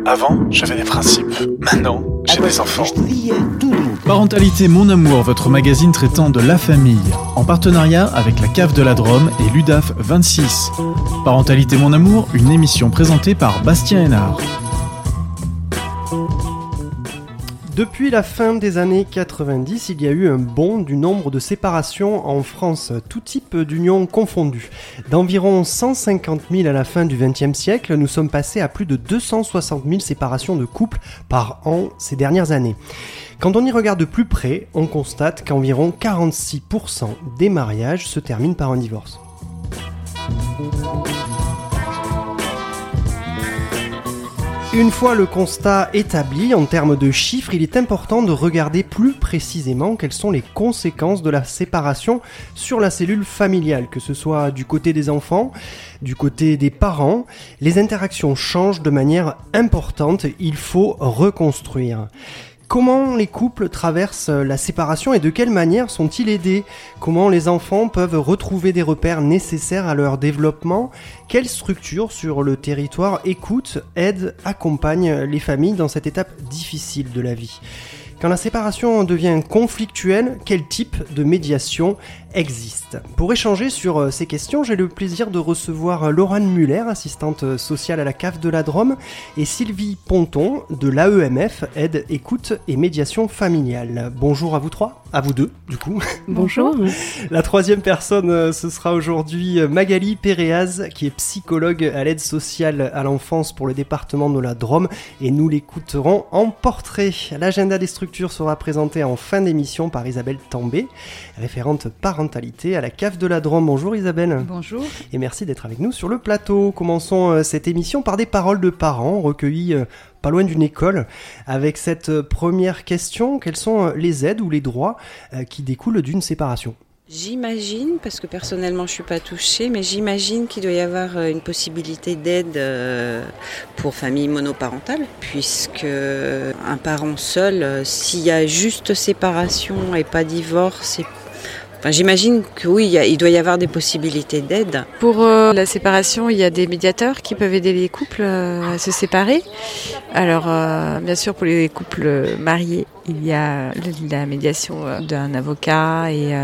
Avant, j'avais des principes. Maintenant, j'ai des enfants. Parentalité Mon Amour, votre magazine traitant de la famille, en partenariat avec la Cave de la Drôme et l'UDAF 26. Parentalité Mon Amour, une émission présentée par Bastien Hénard. Depuis la fin des années 90, il y a eu un bond du nombre de séparations en France, tout type d'unions confondues. D'environ 150 000 à la fin du XXe siècle, nous sommes passés à plus de 260 000 séparations de couples par an ces dernières années. Quand on y regarde de plus près, on constate qu'environ 46% des mariages se terminent par un divorce. Une fois le constat établi en termes de chiffres, il est important de regarder plus précisément quelles sont les conséquences de la séparation sur la cellule familiale, que ce soit du côté des enfants, du côté des parents. Les interactions changent de manière importante, il faut reconstruire. Comment les couples traversent la séparation et de quelle manière sont-ils aidés ? Comment les enfants peuvent retrouver des repères nécessaires à leur développement ? Quelles structures sur le territoire écoutent, aident, accompagnent les familles dans cette étape difficile de la vie ? Quand la séparation devient conflictuelle, quel type de médiation existe ? Pour échanger sur ces questions, j'ai le plaisir de recevoir Laurane Muller, assistante sociale à la Cave de la Drôme, et Sylvie Ponton de l'AEMF, Aide, Écoute et Médiation Familiale. Bonjour à vous trois, à vous deux du coup. Bonjour. La troisième personne, ce sera aujourd'hui Magali Péréaz, qui est psychologue à l'aide sociale à l'enfance pour le département de la Drôme, et nous l'écouterons en portrait. L'agenda des structures sera présenté en fin d'émission par Isabelle Tambay, référente parentalité à la Cave de la Drôme. Bonjour Isabelle. Bonjour. Et merci d'être avec nous sur le plateau. Commençons cette émission par des paroles de parents recueillies pas loin d'une école. Avec cette première question, quelles sont les aides ou les droits qui découlent d'une séparation ? J'imagine, parce que personnellement je ne suis pas touchée, mais j'imagine qu'il doit y avoir une possibilité d'aide pour famille monoparentale, puisque un parent seul, s'il y a juste séparation et pas divorce, j'imagine que oui, il doit y avoir des possibilités d'aide. Pour la séparation, il y a des médiateurs qui peuvent aider les couples à se séparer. Alors, bien sûr, pour les couples mariés, il y a la médiation d'un avocat et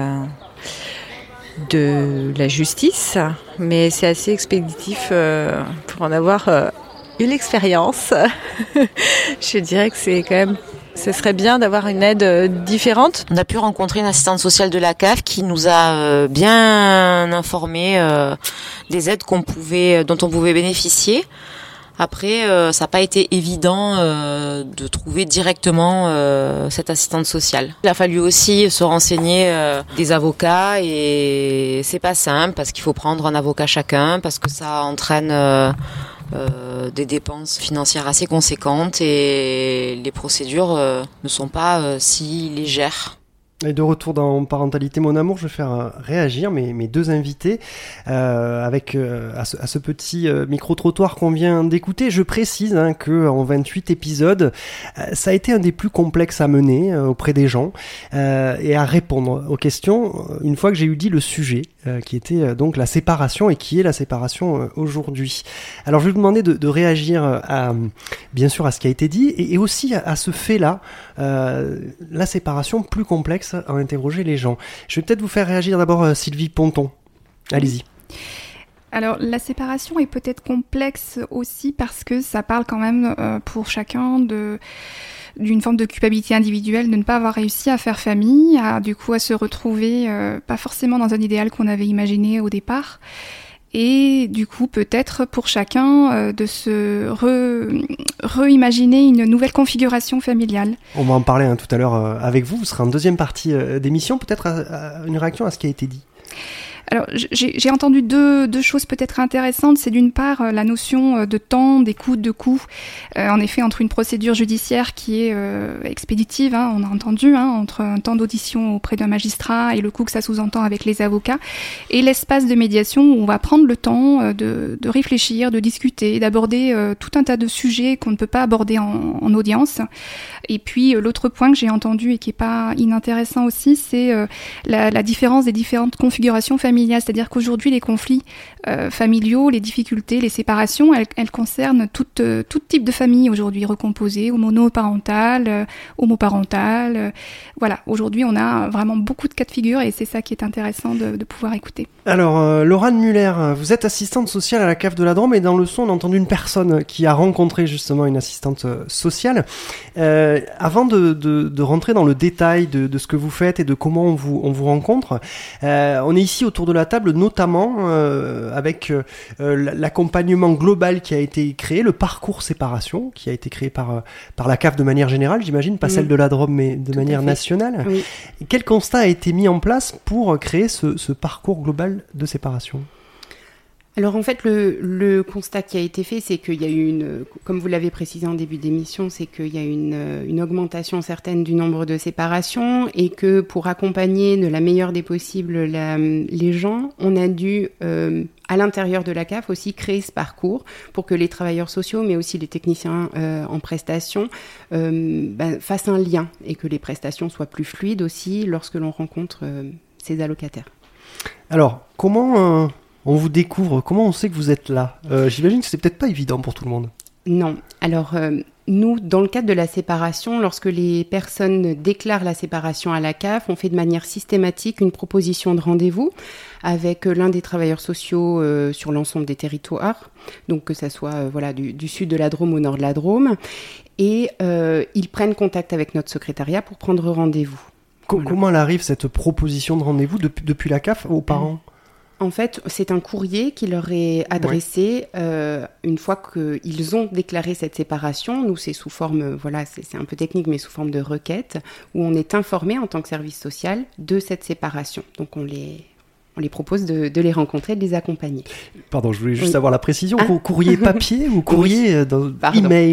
de la justice, mais c'est assez expéditif pour en avoir eu l'expérience. Je dirais que c'est quand même... Ce serait bien d'avoir une aide différente. On a pu rencontrer une assistante sociale de la CAF qui nous a bien informé des aides dont on pouvait bénéficier. Après, ça n'a pas été évident de trouver directement cette assistante sociale. Il a fallu aussi se renseigner des avocats et c'est pas simple parce qu'il faut prendre un avocat chacun parce que ça entraîne des dépenses financières assez conséquentes et les procédures ne sont pas si légères. Et de retour dans Parentalité Mon Amour, je vais faire réagir mes deux invités à ce petit micro-trottoir qu'on vient d'écouter. Je précise qu'en 28 épisodes, ça a été un des plus complexes à mener auprès des gens et à répondre aux questions une fois que j'ai eu dit le sujet qui était donc la séparation et qui est la séparation aujourd'hui. Alors je vais vous demander de réagir bien sûr à ce qui a été dit et aussi à ce fait-là, la séparation plus complexe à interroger les gens. Je vais peut-être vous faire réagir d'abord Sylvie Ponton. Allez-y. Alors la séparation est peut-être complexe aussi parce que ça parle quand même pour chacun d'une forme de culpabilité individuelle de ne pas avoir réussi à faire famille, à se retrouver pas forcément dans un idéal qu'on avait imaginé au départ. Et du coup, peut-être pour chacun de se réimaginer une nouvelle configuration familiale. On va en parler tout à l'heure avec vous. Vous serez en deuxième partie d'émission. Peut-être une réaction à ce qui a été dit. Alors, j'ai entendu deux choses peut-être intéressantes. C'est d'une part la notion de temps, d'écoute, de coût. En effet, entre une procédure judiciaire qui est expéditive, on a entendu, entre un temps d'audition auprès d'un magistrat et le coût que ça sous-entend avec les avocats, et l'espace de médiation où on va prendre le temps de réfléchir, de discuter, d'aborder tout un tas de sujets qu'on ne peut pas aborder en audience. Et puis, l'autre point que j'ai entendu et qui est pas inintéressant aussi, c'est la différence des différentes configurations familiales familiale, c'est-à-dire qu'aujourd'hui les conflits familiaux, les difficultés, les séparations, elles concernent tout type de famille aujourd'hui, recomposée ou monoparentale, homoparentale. Voilà, aujourd'hui on a vraiment beaucoup de cas de figure et c'est ça qui est intéressant de pouvoir écouter. Alors, Laurane Muller, vous êtes assistante sociale à la CAF de la Drôme et dans le son, on a entendu une personne qui a rencontré justement une assistante sociale. Avant de rentrer dans le détail de ce que vous faites et de comment on vous rencontre, on est ici autour de la table notamment avec l'accompagnement global qui a été créé, le parcours séparation qui a été créé par la CAF de manière générale, j'imagine, pas celle de la Drôme mais de manière nationale. Oui. Quel constat a été mis en place pour créer ce parcours global de séparation ? Alors en fait, le constat qui a été fait, c'est qu'il y a eu comme vous l'avez précisé en début d'émission, c'est qu'il y a une augmentation certaine du nombre de séparations et que pour accompagner de la meilleure des possibles les gens, on a dû, à l'intérieur de la CAF aussi, créer ce parcours pour que les travailleurs sociaux, mais aussi les techniciens en prestation, fassent un lien et que les prestations soient plus fluides aussi lorsque l'on rencontre ces allocataires. Alors, comment on vous découvre, comment on sait que vous êtes là ? J'imagine que c'est peut-être pas évident pour tout le monde. Non. Alors, nous, dans le cadre de la séparation, lorsque les personnes déclarent la séparation à la CAF, on fait de manière systématique une proposition de rendez-vous avec l'un des travailleurs sociaux sur l'ensemble des territoires, donc que ça soit du sud de la Drôme au nord de la Drôme, et ils prennent contact avec notre secrétariat pour prendre rendez-vous. Comment elle arrive, cette proposition de rendez-vous depuis la CAF aux parents ? En fait, c'est un courrier qui leur est adressé une fois qu'ils ont déclaré cette séparation. Nous, c'est sous forme, c'est un peu technique, mais sous forme de requête, où on est informé en tant que service social de cette séparation. Donc, on les propose de les rencontrer, de les accompagner. Pardon, je voulais juste avoir la précision. Courrier papier ou courrier email ?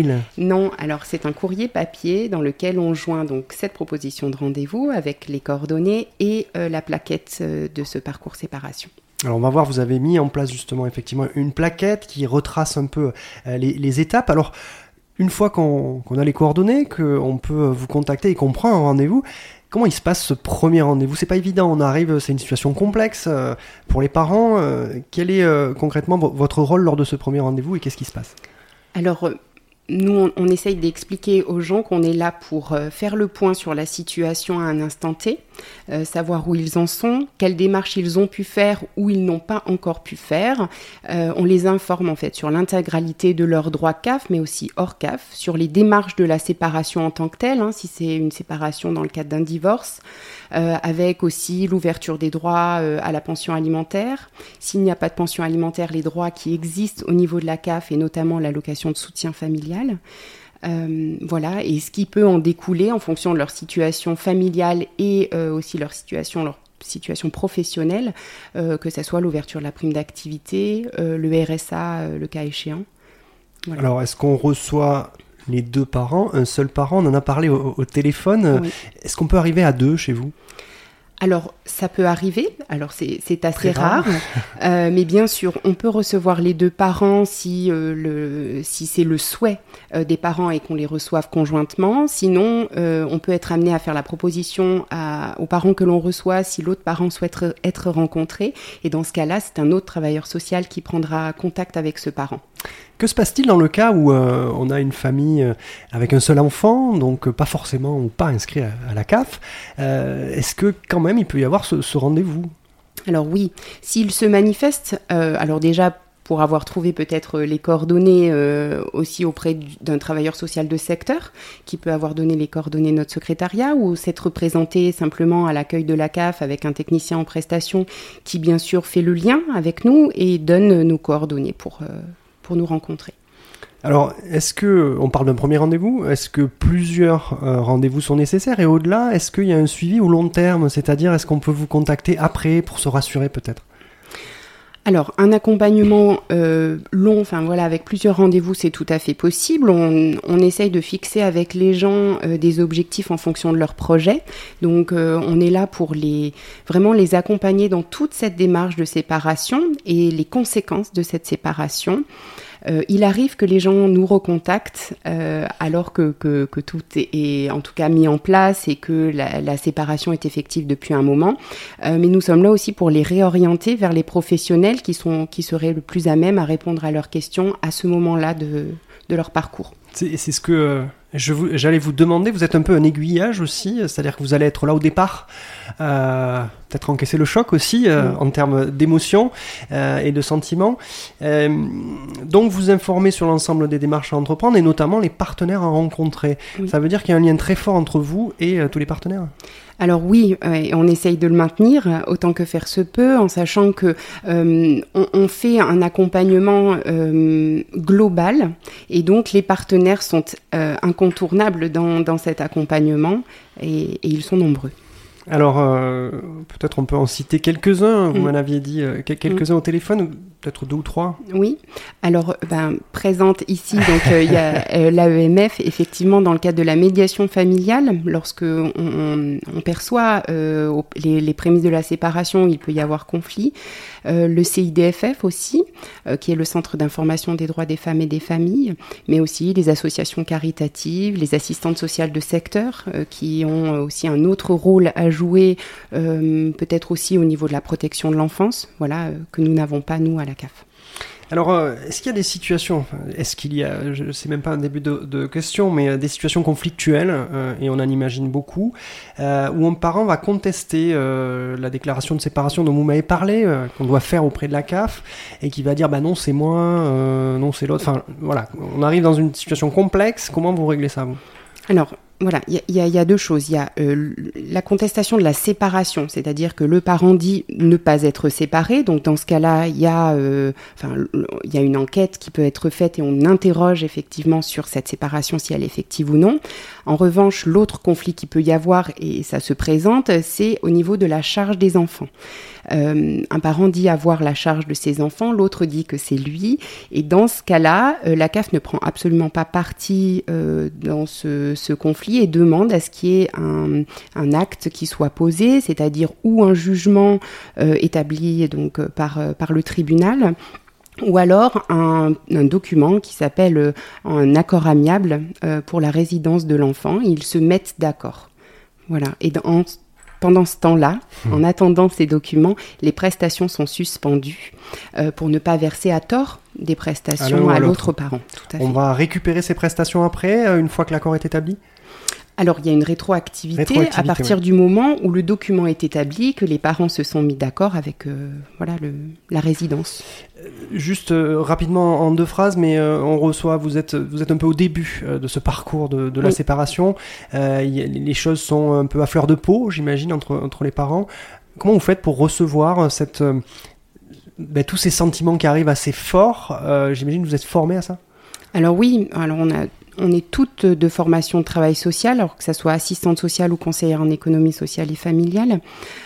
Non, alors c'est un courrier papier dans lequel on joint donc cette proposition de rendez-vous avec les coordonnées et la plaquette de ce parcours séparation. Alors on va voir, vous avez mis en place justement effectivement une plaquette qui retrace un peu les étapes. Alors une fois qu'on a les coordonnées, qu'on peut vous contacter et qu'on prend un rendez-vous, comment il se passe ce premier rendez-vous ? C'est pas évident, on arrive, c'est une situation complexe pour les parents. Quel est concrètement votre rôle lors de ce premier rendez-vous et qu'est-ce qui se passe ? Alors nous, on essaye d'expliquer aux gens qu'on est là pour faire le point sur la situation à un instant T, savoir où ils en sont, quelles démarches ils ont pu faire ou ils n'ont pas encore pu faire. On les informe en fait sur l'intégralité de leurs droits CAF, mais aussi hors CAF, sur les démarches de la séparation en tant que telle, si c'est une séparation dans le cadre d'un divorce, avec aussi l'ouverture des droits à la pension alimentaire. S'il n'y a pas de pension alimentaire, les droits qui existent au niveau de la CAF et notamment l'allocation de soutien familial. Et ce qui peut en découler en fonction de leur situation familiale et aussi leur situation professionnelle, que ce soit l'ouverture de la prime d'activité, le RSA, le cas échéant. Voilà. Alors, est-ce qu'on reçoit les deux parents, un seul parent ? On en a parlé au téléphone. Oui. Est-ce qu'on peut arriver à deux chez vous ? Alors, ça peut arriver. Alors, c'est assez rare. Mais bien sûr, on peut recevoir les deux parents si c'est le souhait des parents et qu'on les reçoive conjointement. Sinon, on peut être amené à faire la proposition aux parents que l'on reçoit si l'autre parent souhaite être rencontré. Et dans ce cas-là, c'est un autre travailleur social qui prendra contact avec ce parent. Que se passe-t-il dans le cas où on a une famille avec un seul enfant, donc pas forcément ou pas inscrit à la CAF ? Est-ce que quand même il peut y avoir ce rendez-vous ? Alors oui, s'il se manifeste, alors déjà pour avoir trouvé peut-être les coordonnées aussi auprès d'un travailleur social de secteur qui peut avoir donné les coordonnées de notre secrétariat ou s'être représenté simplement à l'accueil de la CAF avec un technicien en prestation qui bien sûr fait le lien avec nous et donne nos coordonnées pour nous rencontrer. Alors, on parle d'un premier rendez-vous, est-ce que plusieurs rendez-vous sont nécessaires et au-delà, est-ce qu'il y a un suivi au long terme, c'est-à-dire est-ce qu'on peut vous contacter après pour se rassurer peut-être ? Alors, un accompagnement long, avec plusieurs rendez-vous, c'est tout à fait possible. On essaye de fixer avec les gens des objectifs en fonction de leur projet. Donc, on est là pour vraiment les accompagner dans toute cette démarche de séparation et les conséquences de cette séparation. Il arrive que les gens nous recontactent alors que tout est en tout cas mis en place et que la séparation est effective depuis un moment. Mais nous sommes là aussi pour les réorienter vers les professionnels qui seraient le plus à même à répondre à leurs questions à ce moment-là de leur parcours. C'est ce que j'allais vous demander. Vous êtes un peu un aiguillage aussi, c'est-à-dire que vous allez être là au départ, peut-être encaisser le choc aussi en termes d'émotions et de sentiments. Donc vous informez sur l'ensemble des démarches à entreprendre et notamment les partenaires à rencontrer. Oui. Ça veut dire qu'il y a un lien très fort entre vous et tous les partenaires. Alors oui, on essaye de le maintenir autant que faire se peut, en sachant que on fait un accompagnement global et donc les partenaires sont incontournables dans cet accompagnement et ils sont nombreux. Alors, peut-être on peut en citer quelques-uns. Vous m'en aviez dit quelques-uns au téléphone, peut-être 2 ou 3. Oui. Alors, présente ici, donc il y a l'AEMF, effectivement, dans le cadre de la médiation familiale, lorsque on perçoit les prémices de la séparation, il peut y avoir conflit. Le CIDFF aussi, qui est le Centre d'information des droits des femmes et des familles, mais aussi les associations caritatives, les assistantes sociales de secteur, qui ont aussi un autre rôle à jouer, peut-être aussi au niveau de la protection de l'enfance, voilà, que nous n'avons pas, nous, à la CAF. Alors, est-ce qu'il y a des situations, je sais même pas un début de question, mais des situations conflictuelles, et on en imagine beaucoup, où un parent va contester la déclaration de séparation dont vous m'avez parlé, qu'on doit faire auprès de la CAF, et qui va dire non c'est moi, non c'est l'autre, enfin voilà, on arrive dans une situation complexe. Comment vous réglez ça, vous ? Alors, voilà, il y a 2 choses. Il y a la contestation de la séparation, c'est-à-dire que le parent dit ne pas être séparé. Donc dans ce cas-là, il y a une enquête qui peut être faite et on interroge effectivement sur cette séparation si elle est effective ou non. En revanche, l'autre conflit qui peut y avoir, et ça se présente, c'est au niveau de la charge des enfants. Un parent dit avoir la charge de ses enfants, l'autre dit que c'est lui. Et dans ce cas-là, la CAF ne prend absolument pas parti dans ce conflit et demande à ce qu'il y ait un acte qui soit posé, c'est-à-dire ou un jugement établi donc par le tribunal, ou alors un document qui s'appelle un accord amiable pour la résidence de l'enfant. Ils se mettent d'accord. Voilà. Et pendant ce temps-là, en attendant ces documents, les prestations sont suspendues pour ne pas verser à tort des prestations à l'autre parent. Tout à fait. On va récupérer ces prestations après, une fois que l'accord est établi ? Alors, il y a une rétroactivité à partir du moment où le document est établi, que les parents se sont mis d'accord avec la résidence. Juste rapidement en 2 phrases, mais vous êtes un peu au début de ce parcours de la séparation. Les choses sont un peu à fleur de peau, j'imagine, entre les parents. Comment vous faites pour recevoir tous ces sentiments qui arrivent assez forts ? J'imagine que vous êtes formés à ça ? Alors oui, on est toutes de formation de travail social, alors que ça soit assistante sociale ou conseillère en économie sociale et familiale.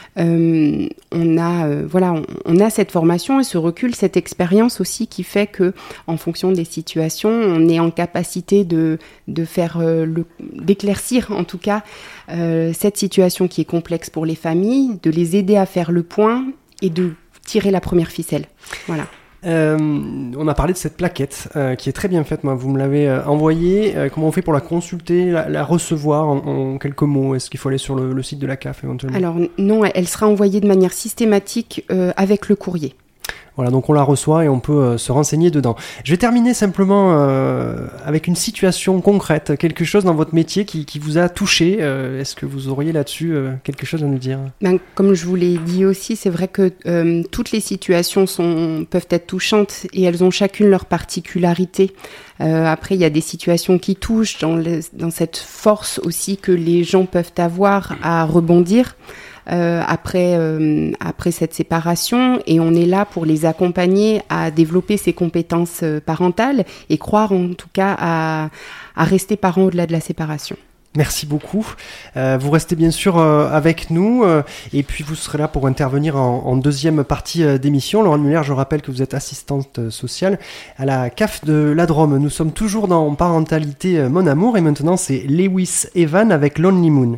On a cette formation et ce recul, cette expérience aussi qui fait que, en fonction des situations, on est en capacité de d'éclaircir en tout cas cette situation qui est complexe pour les familles, de les aider à faire le point et de tirer la première ficelle. Voilà. On a parlé de cette plaquette qui est très bien faite. Vous me l'avez envoyée. Comment on fait pour la consulter, la recevoir en quelques mots ? Est-ce qu'il faut aller sur le site de la CAF éventuellement ? Alors non, elle sera envoyée de manière systématique avec le courrier. Voilà, donc on la reçoit et on peut se renseigner dedans. Je vais terminer simplement avec une situation concrète, quelque chose dans votre métier qui vous a touché. Est-ce que vous auriez là-dessus quelque chose à nous dire ? Comme je vous l'ai dit aussi, c'est vrai que toutes les situations peuvent être touchantes et elles ont chacune leur particularité. Après, il y a des situations qui touchent dans cette force aussi que les gens peuvent avoir à rebondir. Après cette séparation, et on est là pour les accompagner à développer ces compétences parentales et croire en tout cas à rester parents au-delà de la séparation. Merci beaucoup. Vous restez bien sûr avec nous et puis vous serez là pour intervenir en deuxième partie d'émission. Laurent Muller, je rappelle que vous êtes assistante sociale à la CAF de la Drôme. Nous sommes toujours dans Parentalité Mon Amour et maintenant c'est Lewis Evan avec Lonely Moon.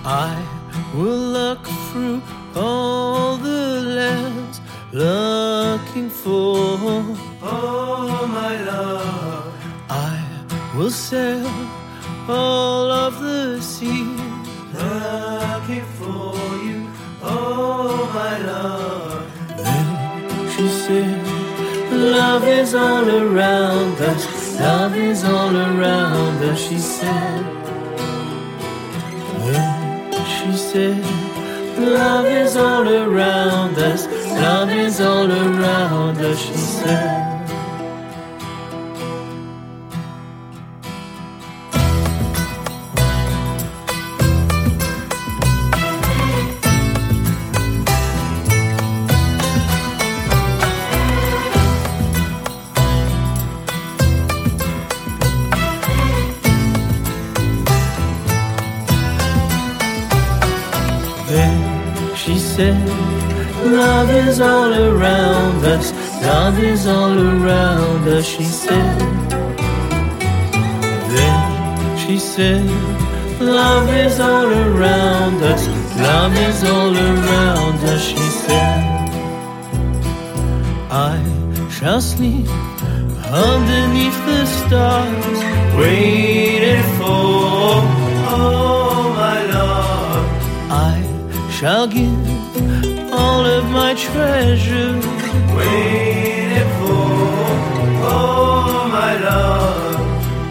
I will look through all the lands, looking for, oh my love. I will sail all of the sea, looking for you, oh my love. Then she said, love is all around us, love is all around us, she said. Then she said, love is all around us, love is all around us, she said. She said, love is all around us, love is all around us, she said. Then she said, love is all around us, love is all around us, she said. I shall sleep underneath the stars, waiting for, oh my love. I shall give all of my treasures, waiting for, oh my love.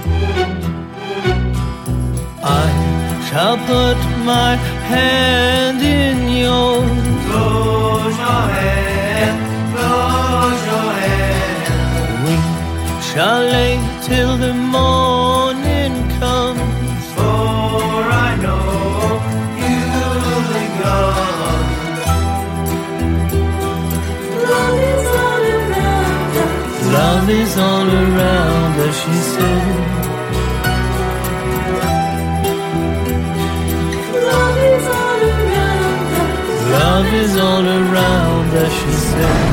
I shall put my hand in yours, close your hand, close your hand. We shall lay till the morning comes, for I know you'll be gone. Love is all around us, love is all around us, she said. Love is all around us, love is all around us, she said.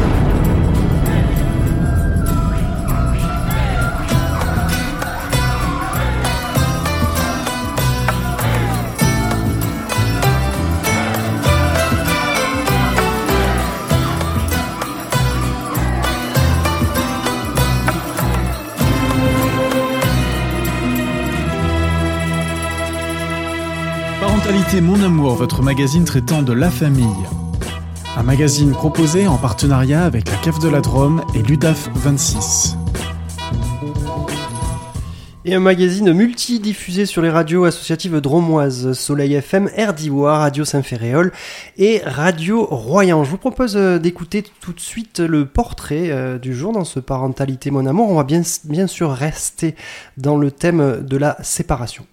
Parentalité Mon Amour, votre magazine traitant de la famille. Un magazine proposé en partenariat avec la Cave de la Drôme et l'UDAF 26. Et un magazine multidiffusé sur les radios associatives dromoises, Soleil FM, RDIWA, Radio Saint-Ferréol et Radio Royan. Je vous propose d'écouter tout de suite le portrait du jour dans ce Parentalité Mon Amour. On va bien sûr rester dans le thème de la séparation.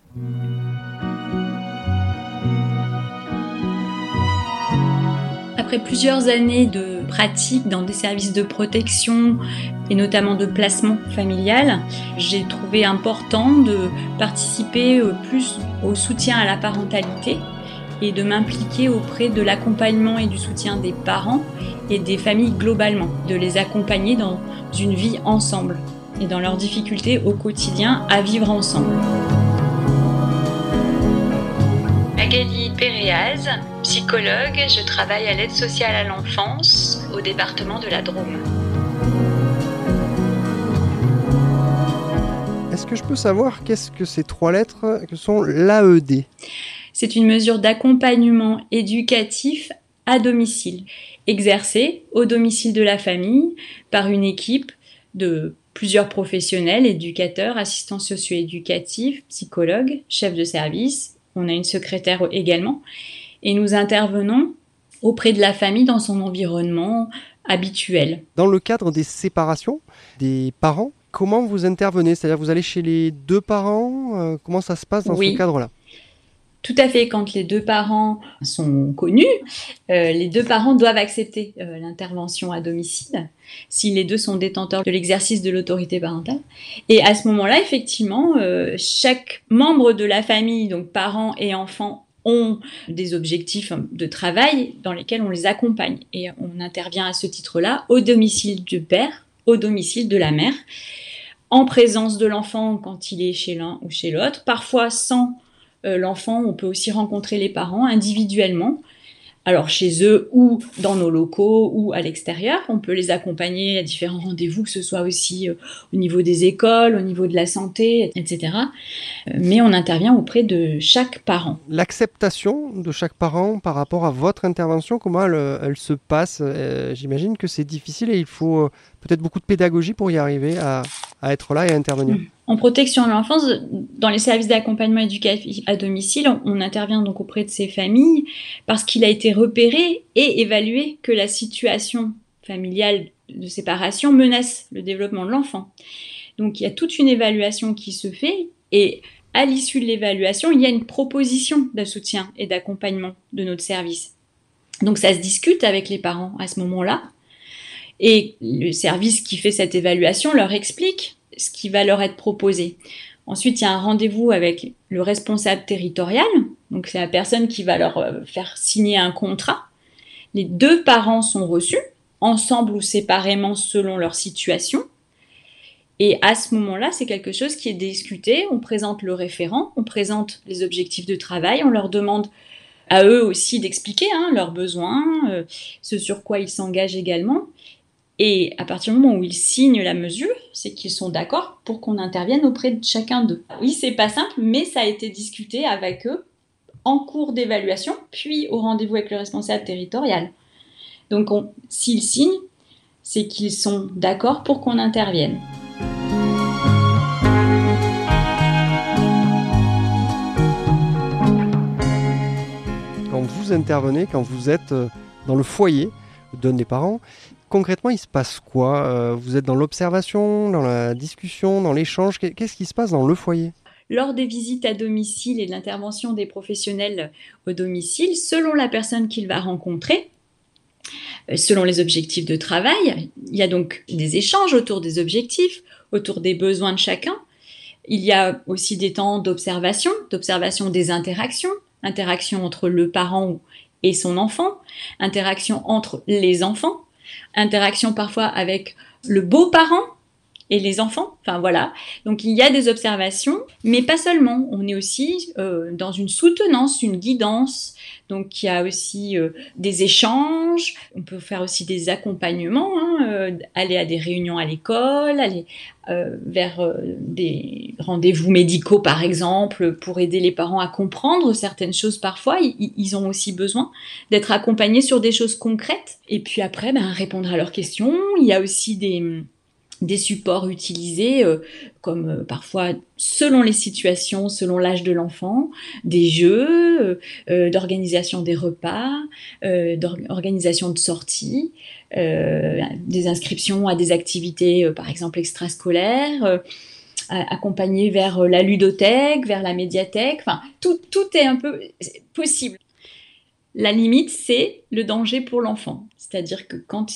Après plusieurs années de pratique dans des services de protection et notamment de placement familial, j'ai trouvé important de participer plus au soutien à la parentalité et de m'impliquer auprès de l'accompagnement et du soutien des parents et des familles globalement, de les accompagner dans une vie ensemble et dans leurs difficultés au quotidien à vivre ensemble. Magali Péréaz, psychologue, je travaille à l'aide sociale à l'enfance au département de la Drôme. Est-ce que je peux savoir qu'est-ce que ces trois lettres que sont l'AED ? C'est une mesure d'accompagnement éducatif à domicile, exercée au domicile de la famille par une équipe de plusieurs professionnels, éducateurs, assistants socio-éducatifs, psychologues, chefs de service. On a une secrétaire également. Et nous intervenons auprès de la famille dans son environnement habituel. Dans le cadre des séparations des parents, comment vous intervenez ? C'est-à-dire vous allez chez les deux parents ? Comment ça se passe dans ce cadre-là ? Tout à fait. Quand les deux parents sont connus, les deux parents doivent accepter l'intervention à domicile si les deux sont détenteurs de l'exercice de l'autorité parentale. Et à ce moment-là, effectivement, chaque membre de la famille, donc parents et enfants, ont des objectifs de travail dans lesquels on les accompagne. Et on intervient à ce titre-là au domicile du père, au domicile de la mère, en présence de l'enfant quand il est chez l'un ou chez l'autre, parfois sans l'enfant, on peut aussi rencontrer les parents individuellement. Alors chez eux ou dans nos locaux ou à l'extérieur, on peut les accompagner à différents rendez-vous, que ce soit aussi au niveau des écoles, au niveau de la santé, etc. Mais on intervient auprès de chaque parent. L'acceptation de chaque parent par rapport à votre intervention, comment elle se passe? J'imagine que c'est difficile et il faut peut-être beaucoup de pédagogie pour y arriver à être là et à intervenir. En protection de l'enfance, dans les services d'accompagnement éducatif à domicile, on intervient donc auprès de ces familles parce qu'il a été repéré et évalué que la situation familiale de séparation menace le développement de l'enfant. Donc il y a toute une évaluation qui se fait et à l'issue de l'évaluation, il y a une proposition de soutien et d'accompagnement de notre service. Donc ça se discute avec les parents à ce moment-là et le service qui fait cette évaluation leur explique ce qui va leur être proposé. Ensuite, il y a un rendez-vous avec le responsable territorial, donc c'est la personne qui va leur faire signer un contrat. Les 2 parents sont reçus, ensemble ou séparément selon leur situation. Et à ce moment-là, c'est quelque chose qui est discuté. On présente le référent, on présente les objectifs de travail, on leur demande à eux aussi d'expliquer leurs besoins, ce sur quoi ils s'engagent également. Et à partir du moment où ils signent la mesure, c'est qu'ils sont d'accord pour qu'on intervienne auprès de chacun d'eux. Oui, c'est pas simple, mais ça a été discuté avec eux en cours d'évaluation, puis au rendez-vous avec le responsable territorial. Donc, s'ils signent, c'est qu'ils sont d'accord pour qu'on intervienne. Quand vous intervenez, quand vous êtes dans le foyer d'un des parents, concrètement, il se passe quoi? Vous êtes dans l'observation, dans la discussion, dans l'échange? Qu'est-ce qui se passe dans le foyer? Lors des visites à domicile et de l'intervention des professionnels au domicile, selon la personne qu'il va rencontrer, selon les objectifs de travail, il y a donc des échanges autour des objectifs, autour des besoins de chacun. Il y a aussi des temps d'observation des interactions, interaction entre le parent et son enfant, interaction entre les enfants, interaction parfois avec le beau-parent et les enfants, enfin voilà. Donc il y a des observations, mais pas seulement. On est aussi dans une soutenance, une guidance. Donc il y a aussi des échanges. On peut faire aussi des accompagnements, aller à des réunions à l'école, aller vers des rendez-vous médicaux par exemple, pour aider les parents à comprendre certaines choses parfois. Ils ont aussi besoin d'être accompagnés sur des choses concrètes. Et puis après, répondre à leurs questions. Il y a aussi des supports utilisés, comme parfois selon les situations, selon l'âge de l'enfant, des jeux, d'organisation des repas, d'organisation de sorties, des inscriptions à des activités, par exemple extrascolaires, accompagner vers la ludothèque, vers la médiathèque, enfin tout est un peu possible. La limite, c'est le danger pour l'enfant. C'est-à-dire que quand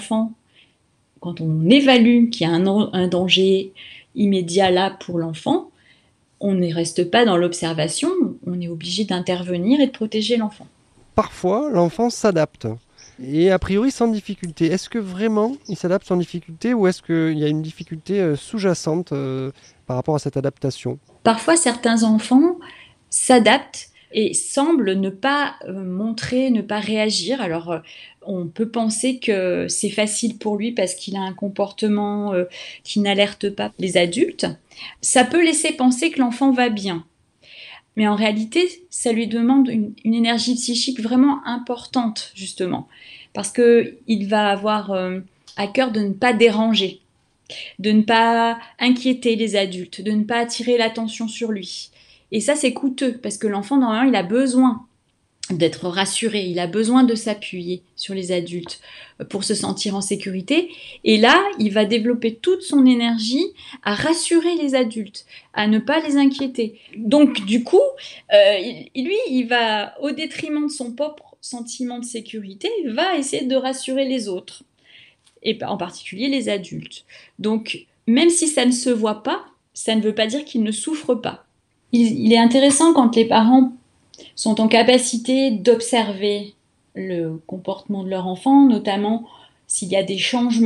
on évalue qu'il y a un danger immédiat là pour l'enfant, on ne reste pas dans l'observation, on est obligé d'intervenir et de protéger l'enfant. Parfois, l'enfant s'adapte, et a priori sans difficulté. Est-ce que vraiment il s'adapte sans difficulté ou est-ce qu'il y a une difficulté sous-jacente par rapport à cette adaptation? Parfois, certains enfants s'adaptent et semblent ne pas montrer, ne pas réagir. Alors, on peut penser que c'est facile pour lui parce qu'il a un comportement qui n'alerte pas les adultes. Ça peut laisser penser que l'enfant va bien. Mais en réalité, ça lui demande une énergie psychique vraiment importante, justement. Parce qu'il va avoir à cœur de ne pas déranger, de ne pas inquiéter les adultes, de ne pas attirer l'attention sur lui. Et ça, c'est coûteux, parce que l'enfant, normalement, il a besoin d'être rassuré, il a besoin de s'appuyer sur les adultes pour se sentir en sécurité. Et là, il va développer toute son énergie à rassurer les adultes, à ne pas les inquiéter. Donc, du coup, il va, au détriment de son propre sentiment de sécurité, il va essayer de rassurer les autres, et en particulier les adultes. Donc, même si ça ne se voit pas, ça ne veut pas dire qu'il ne souffre pas. Il est intéressant quand les parents sont en capacité d'observer le comportement de leur enfant, notamment s'il y a des changements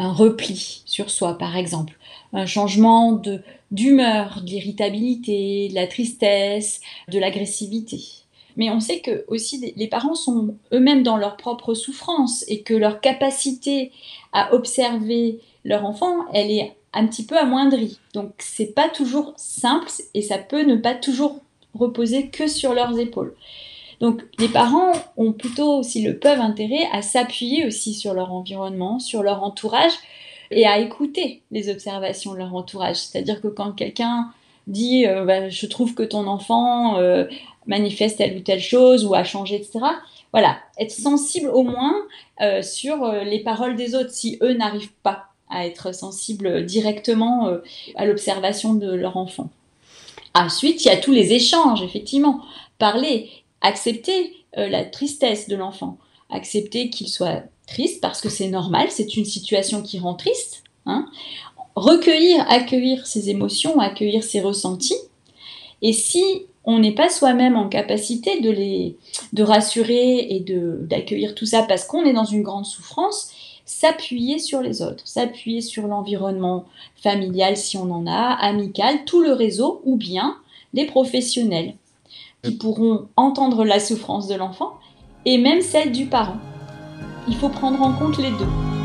un repli sur soi, par exemple, un changement d'humeur, de l'irritabilité, de la tristesse, de l'agressivité. Mais on sait que aussi les parents sont eux-mêmes dans leur propre souffrance et que leur capacité à observer leur enfant, elle est un petit peu amoindrie. Donc c'est pas toujours simple et ça peut ne pas toujours reposer que sur leurs épaules. Donc les parents ont plutôt, s'ils le peuvent, intérêt à s'appuyer aussi sur leur environnement, sur leur entourage et à écouter les observations de leur entourage. C'est-à-dire que quand quelqu'un dit je trouve que ton enfant manifeste telle ou telle chose ou a changé, etc. Voilà, être sensible au moins sur les paroles des autres si eux n'arrivent pas à être sensibles directement à l'observation de leur enfant. Ensuite, il y a tous les échanges, effectivement. Parler, accepter la tristesse de l'enfant, accepter qu'il soit triste parce que c'est normal, c'est une situation qui rend triste, hein. Recueillir, accueillir ses émotions, accueillir ses ressentis. Et si on n'est pas soi-même en capacité de rassurer et d'accueillir tout ça parce qu'on est dans une grande souffrance, s'appuyer sur les autres, s'appuyer sur l'environnement familial si on en a, amical, tout le réseau, ou bien des professionnels qui pourront entendre la souffrance de l'enfant et même celle du parent. Il faut prendre en compte les deux.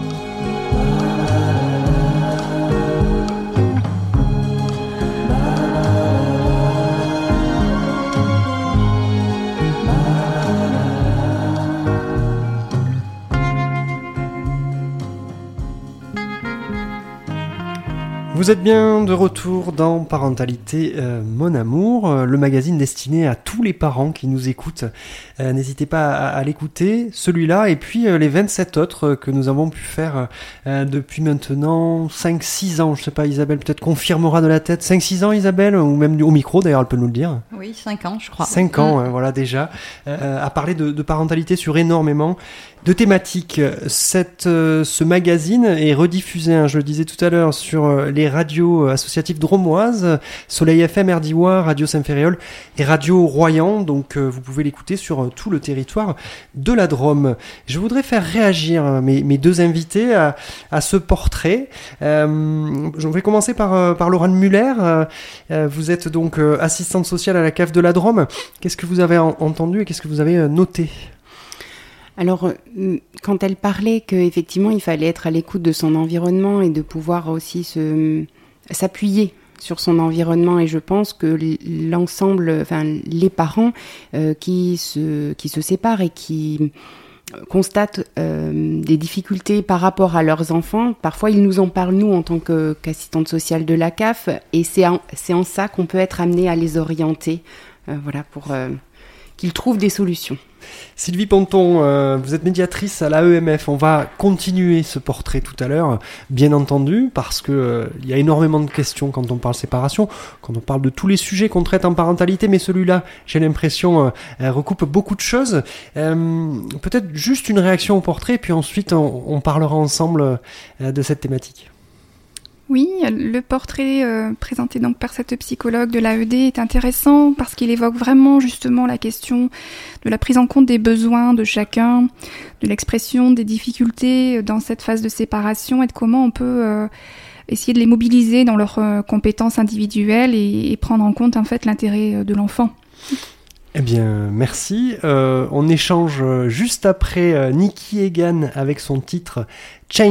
Vous êtes bien de retour dans Parentalité Mon Amour, le magazine destiné à tous les parents qui nous écoutent. N'hésitez pas à l'écouter, celui-là, et puis les 27 autres que nous avons pu faire depuis maintenant 5-6 ans. Je sais pas, Isabelle peut-être confirmera de la tête. 5-6 ans, Isabelle, ou même au micro, d'ailleurs, elle peut nous le dire. Oui, 5 ans, je crois. 5 ans, voilà déjà, à parler de parentalité sur énormément de thématiques. Ce magazine est rediffusé, je le disais tout à l'heure, sur les radios associatives dromoises, Soleil FM, RDIWA, Radio Saint-Ferréol et Radio Royan. Donc vous pouvez l'écouter sur tout le territoire de la Drôme. Je voudrais faire réagir mes deux invités à ce portrait. Je vais commencer par Laurent Muller. Vous êtes donc assistante sociale à la CAF de la Drôme. Qu'est-ce que vous avez entendu et qu'est-ce que vous avez noté ? Alors, quand elle parlait qu'effectivement, il fallait être à l'écoute de son environnement et de pouvoir aussi s'appuyer sur son environnement, et je pense que l'ensemble, les parents qui se séparent et qui constatent des difficultés par rapport à leurs enfants, parfois ils nous en parlent, nous, en tant qu'assistante sociale de la CAF, et c'est en ça qu'on peut être amené à les orienter, pour qu'ils trouvent des solutions. Sylvie Ponton, vous êtes médiatrice à l'AEMF. On va continuer ce portrait tout à l'heure, bien entendu, parce que il y a énormément de questions quand on parle séparation, quand on parle de tous les sujets qu'on traite en parentalité, mais celui-là, j'ai l'impression, recoupe beaucoup de choses. Peut-être juste une réaction au portrait, puis ensuite on parlera ensemble de cette thématique. Oui, le portrait présenté donc par cette psychologue de l'AED est intéressant parce qu'il évoque vraiment justement la question de la prise en compte des besoins de chacun, de l'expression des difficultés dans cette phase de séparation et de comment on peut essayer de les mobiliser dans leurs compétences individuelles et prendre en compte en fait l'intérêt de l'enfant. Eh bien, merci. On échange juste après Nikki Egan avec son titre « Change ».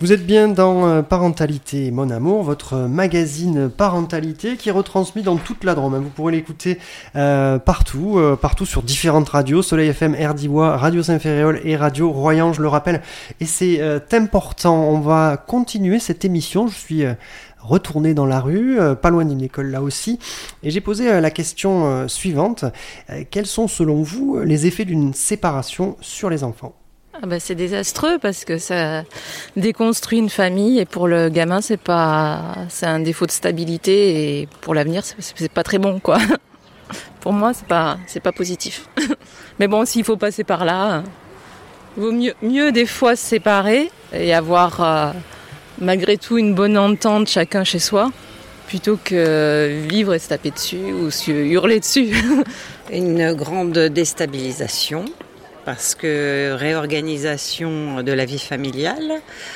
Vous êtes bien dans Parentalité Mon Amour, votre magazine parentalité qui est retransmis dans toute la Drôme. Vous pourrez l'écouter partout sur différentes radios, Soleil FM, RDIWA, Radio Saint-Ferréol et Radio Royan, je le rappelle. Et c'est important, on va continuer cette émission. Je suis retourné dans la rue, pas loin d'une école là aussi, et j'ai posé la question suivante. Quels sont selon vous les effets d'une séparation sur les enfants ? C'est désastreux parce que ça déconstruit une famille et pour le gamin c'est un défaut de stabilité et pour l'avenir c'est pas très bon quoi. Pour moi c'est pas positif. Mais bon, s'il faut passer par là, vaut mieux des fois se séparer et avoir malgré tout une bonne entente chacun chez soi plutôt que vivre et se taper dessus ou se hurler dessus. Une grande déstabilisation. Parce que réorganisation de la vie familiale,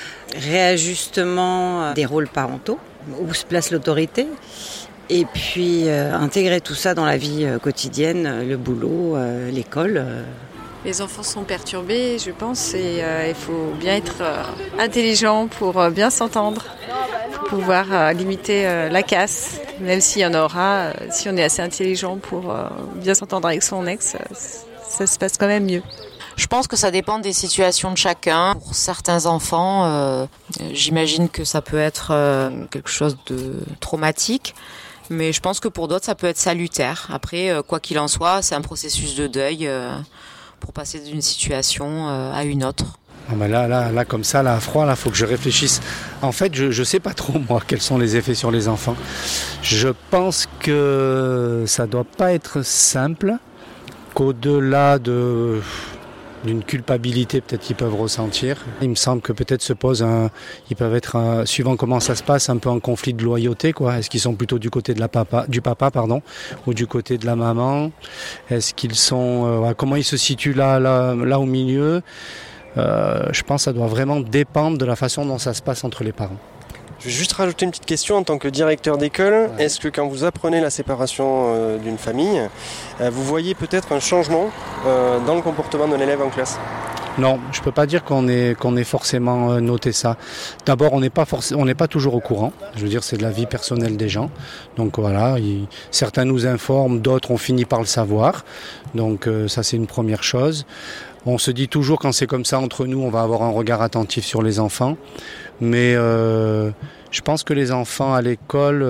réajustement des rôles parentaux, où se place l'autorité, et puis intégrer tout ça dans la vie quotidienne, le boulot, l'école. Les enfants sont perturbés, je pense, et il faut bien être intelligent pour bien s'entendre, pour pouvoir limiter la casse, même s'il y en aura, si on est assez intelligent pour bien s'entendre avec son ex. Ça se passe quand même mieux. Je pense que ça dépend des situations de chacun. Pour certains enfants, j'imagine que ça peut être quelque chose de traumatique, mais je pense que pour d'autres, ça peut être salutaire. Après, quoi qu'il en soit, c'est un processus de deuil pour passer d'une situation à une autre. Là, comme ça, là, à froid, là, faut que je réfléchisse. En fait, je sais pas trop, moi, quels sont les effets sur les enfants. Je pense que ça doit pas être simple. Qu'au-delà d'une culpabilité peut-être qu'ils peuvent ressentir, il me semble que peut-être ils peuvent être, suivant comment ça se passe, un peu en conflit de loyauté, quoi. Est-ce qu'ils sont plutôt du côté du papa, ou du côté de la maman? Est-ce qu'ils sont, comment ils se situent là au milieu? Je pense que ça doit vraiment dépendre de la façon dont ça se passe entre les parents. Je vais juste rajouter une petite question en tant que directeur d'école. Ouais. Est-ce que quand vous apprenez la séparation d'une famille, vous voyez peut-être un changement dans le comportement de l'élève en classe ? Non, je peux pas dire qu'on ait forcément noté ça. D'abord, on n'est pas toujours au courant. Je veux dire, c'est de la vie personnelle des gens. Donc voilà, certains nous informent, d'autres ont fini par le savoir. Donc ça, c'est une première chose. On se dit toujours, quand c'est comme ça entre nous, on va avoir un regard attentif sur les enfants. Mais je pense que les enfants à l'école...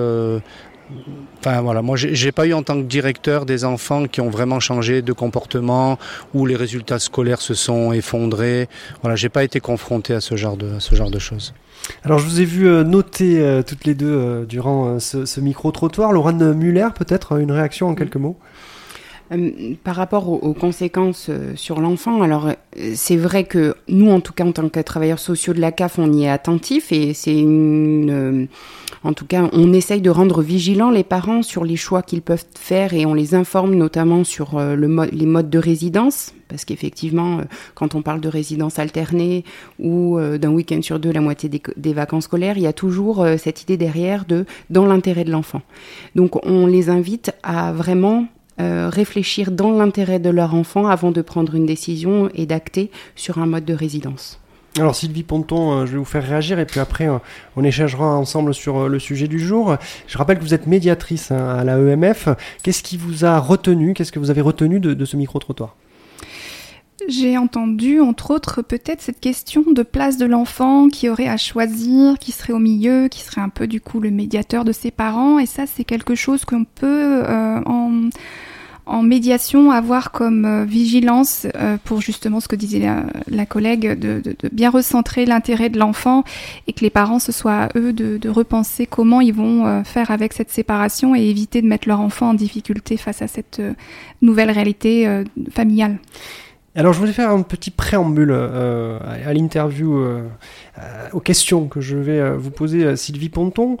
moi j'ai pas eu en tant que directeur des enfants qui ont vraiment changé de comportement, où les résultats scolaires se sont effondrés. Voilà, j'ai pas été confronté à ce genre de choses. Alors je vous ai vu noter toutes les deux durant ce micro-trottoir. Laurent Muller, peut-être une réaction en quelques mots ? Par rapport aux conséquences sur l'enfant, alors c'est vrai que nous, en tout cas en tant que travailleurs sociaux de la CAF, on y est attentif et c'est en tout cas, on essaye de rendre vigilants les parents sur les choix qu'ils peuvent faire et on les informe notamment sur les modes de résidence, parce qu'effectivement, quand on parle de résidence alternée ou d'un week-end sur deux, la moitié des vacances scolaires, il y a toujours cette idée derrière dans l'intérêt de l'enfant. Donc on les invite à vraiment réfléchir dans l'intérêt de leur enfant avant de prendre une décision et d'acter sur un mode de résidence. Alors Sylvie Ponton, je vais vous faire réagir et puis après on échangera ensemble sur le sujet du jour. Je rappelle que vous êtes médiatrice à la EMF. Qu'est-ce qui vous a retenu, qu'est-ce que vous avez retenu de ce micro-trottoir ? J'ai entendu, entre autres, peut-être cette question de place de l'enfant qui aurait à choisir, qui serait au milieu, qui serait un peu du coup le médiateur de ses parents. Et ça, c'est quelque chose qu'on peut en médiation avoir comme vigilance pour justement ce que disait la collègue, de bien recentrer l'intérêt de l'enfant et que les parents, ce soit à eux de repenser comment ils vont faire avec cette séparation et éviter de mettre leur enfant en difficulté face à cette nouvelle réalité familiale. Alors je voulais faire un petit préambule à l'interview, aux questions que je vais vous poser, Sylvie Ponton.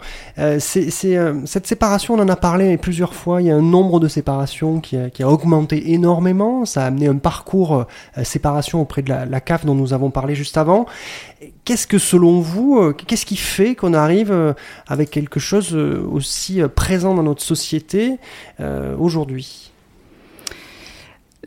Cette séparation, on en a parlé plusieurs fois, il y a un nombre de séparations qui a augmenté énormément, ça a amené un parcours séparation auprès de la CAF dont nous avons parlé juste avant. Qu'est-ce que selon vous, qu'est-ce qui fait qu'on arrive avec quelque chose aussi présent dans notre société aujourd'hui ?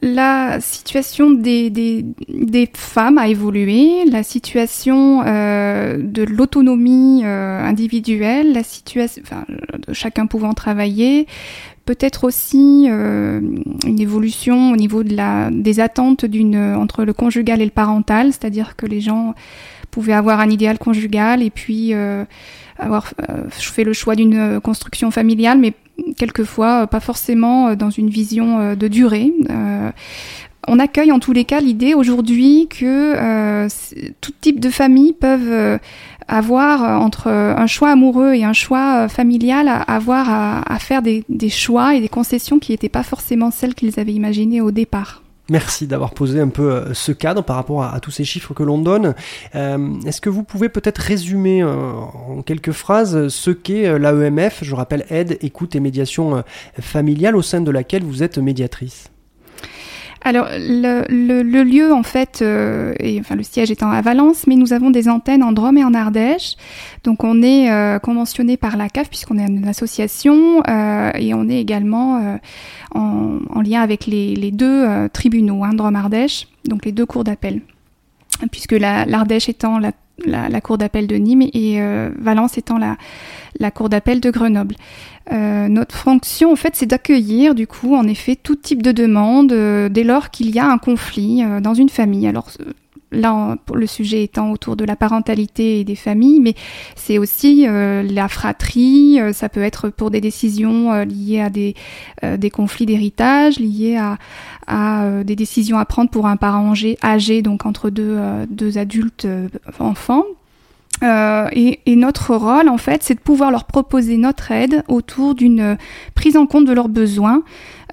la situation des femmes a évolué, la situation de l'autonomie individuelle, la situation, de chacun pouvant travailler, peut-être aussi une évolution au niveau des attentes entre le conjugal et le parental, c'est-à-dire que les gens pouvaient avoir un idéal conjugal et puis avoir fait le choix d'une construction familiale, mais quelquefois pas forcément dans une vision de durée. On accueille en tous les cas l'idée aujourd'hui que tout type de famille peuvent avoir entre un choix amoureux et un choix familial, avoir à faire des choix et des concessions qui n'étaient pas forcément celles qu'ils avaient imaginées au départ. Merci d'avoir posé un peu ce cadre par rapport à tous ces chiffres que l'on donne. Est-ce que vous pouvez peut-être résumer en quelques phrases ce qu'est l'AEMF, je rappelle Aide, Écoute et Médiation Familiale, au sein de laquelle vous êtes médiatrice? Alors, le lieu, en fait, le siège étant à Valence, mais nous avons des antennes en Drôme et en Ardèche. Donc, on est conventionné par la CAF, puisqu'on est une association, et on est également en lien avec les deux tribunaux, Drôme-Ardèche, donc les deux cours d'appel. Puisque l'Ardèche étant la cour d'appel de Nîmes et Valence étant la cour d'appel de Grenoble. Notre fonction, en fait, c'est d'accueillir, du coup, en effet, tout type de demande dès lors qu'il y a un conflit dans une famille. Alors là, le sujet étant autour de la parentalité et des familles, mais c'est aussi la fratrie, ça peut être pour des décisions liées à des conflits d'héritage, liées à des décisions à prendre pour un parent âgé, donc entre deux adultes enfants. Et notre rôle, en fait, c'est de pouvoir leur proposer notre aide autour d'une prise en compte de leurs besoins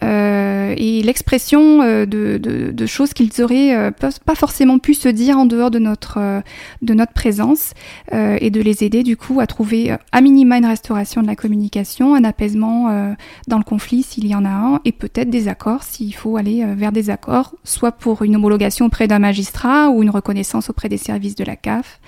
et l'expression de choses qu'ils auraient pas forcément pu se dire en dehors de notre présence et de les aider, du coup, à trouver à minima une restauration de la communication, un apaisement dans le conflit s'il y en a un, et peut-être des accords s'il faut aller vers des accords, soit pour une homologation auprès d'un magistrat ou une reconnaissance auprès des services de la CAF.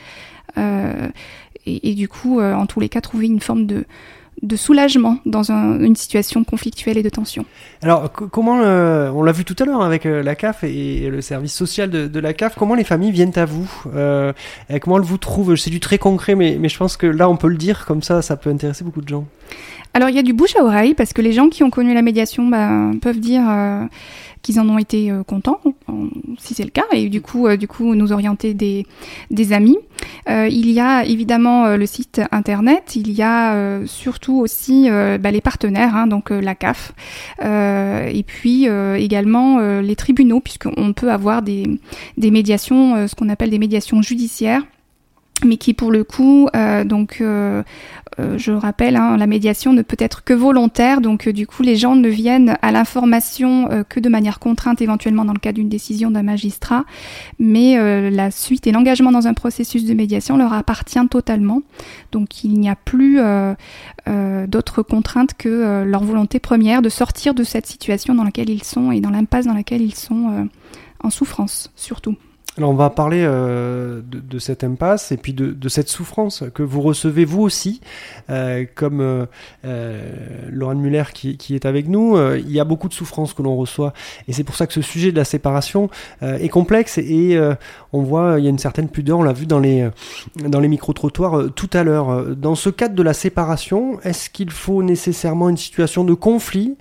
Et du coup, en tous les cas, trouver une forme de soulagement dans une situation conflictuelle et de tension. Alors, comment, on l'a vu tout à l'heure avec la CAF et le service social de la CAF, comment les familles viennent à vous, comment elles vous trouvent? C'est du très concret, mais je pense que là, on peut le dire, comme ça peut intéresser beaucoup de gens. Alors, il y a du bouche à oreille, parce que les gens qui ont connu la médiation peuvent dire qu'ils en ont été contents, si c'est le cas, et du coup nous orienter des amis. Il y a évidemment le site internet, il y a surtout aussi les partenaires, donc la CAF, et puis également les tribunaux, puisqu'on peut avoir des médiations, ce qu'on appelle des médiations judiciaires, mais qui pour le coup, je rappelle, la médiation ne peut être que volontaire, donc du coup les gens ne viennent à l'information que de manière contrainte, éventuellement dans le cas d'une décision d'un magistrat, mais la suite et l'engagement dans un processus de médiation leur appartient totalement, donc il n'y a plus d'autres contraintes que leur volonté première de sortir de cette situation dans laquelle ils sont et dans l'impasse dans laquelle ils sont en souffrance surtout. Alors on va parler de cette impasse et puis de cette souffrance que vous recevez vous aussi, comme Laurent Muller qui est avec nous. Il y a beaucoup de souffrances que l'on reçoit et c'est pour ça que ce sujet de la séparation est complexe et on voit il y a une certaine pudeur, on l'a vu dans les micro-trottoirs tout à l'heure. Dans ce cadre de la séparation, est-ce qu'il faut nécessairement une situation de conflit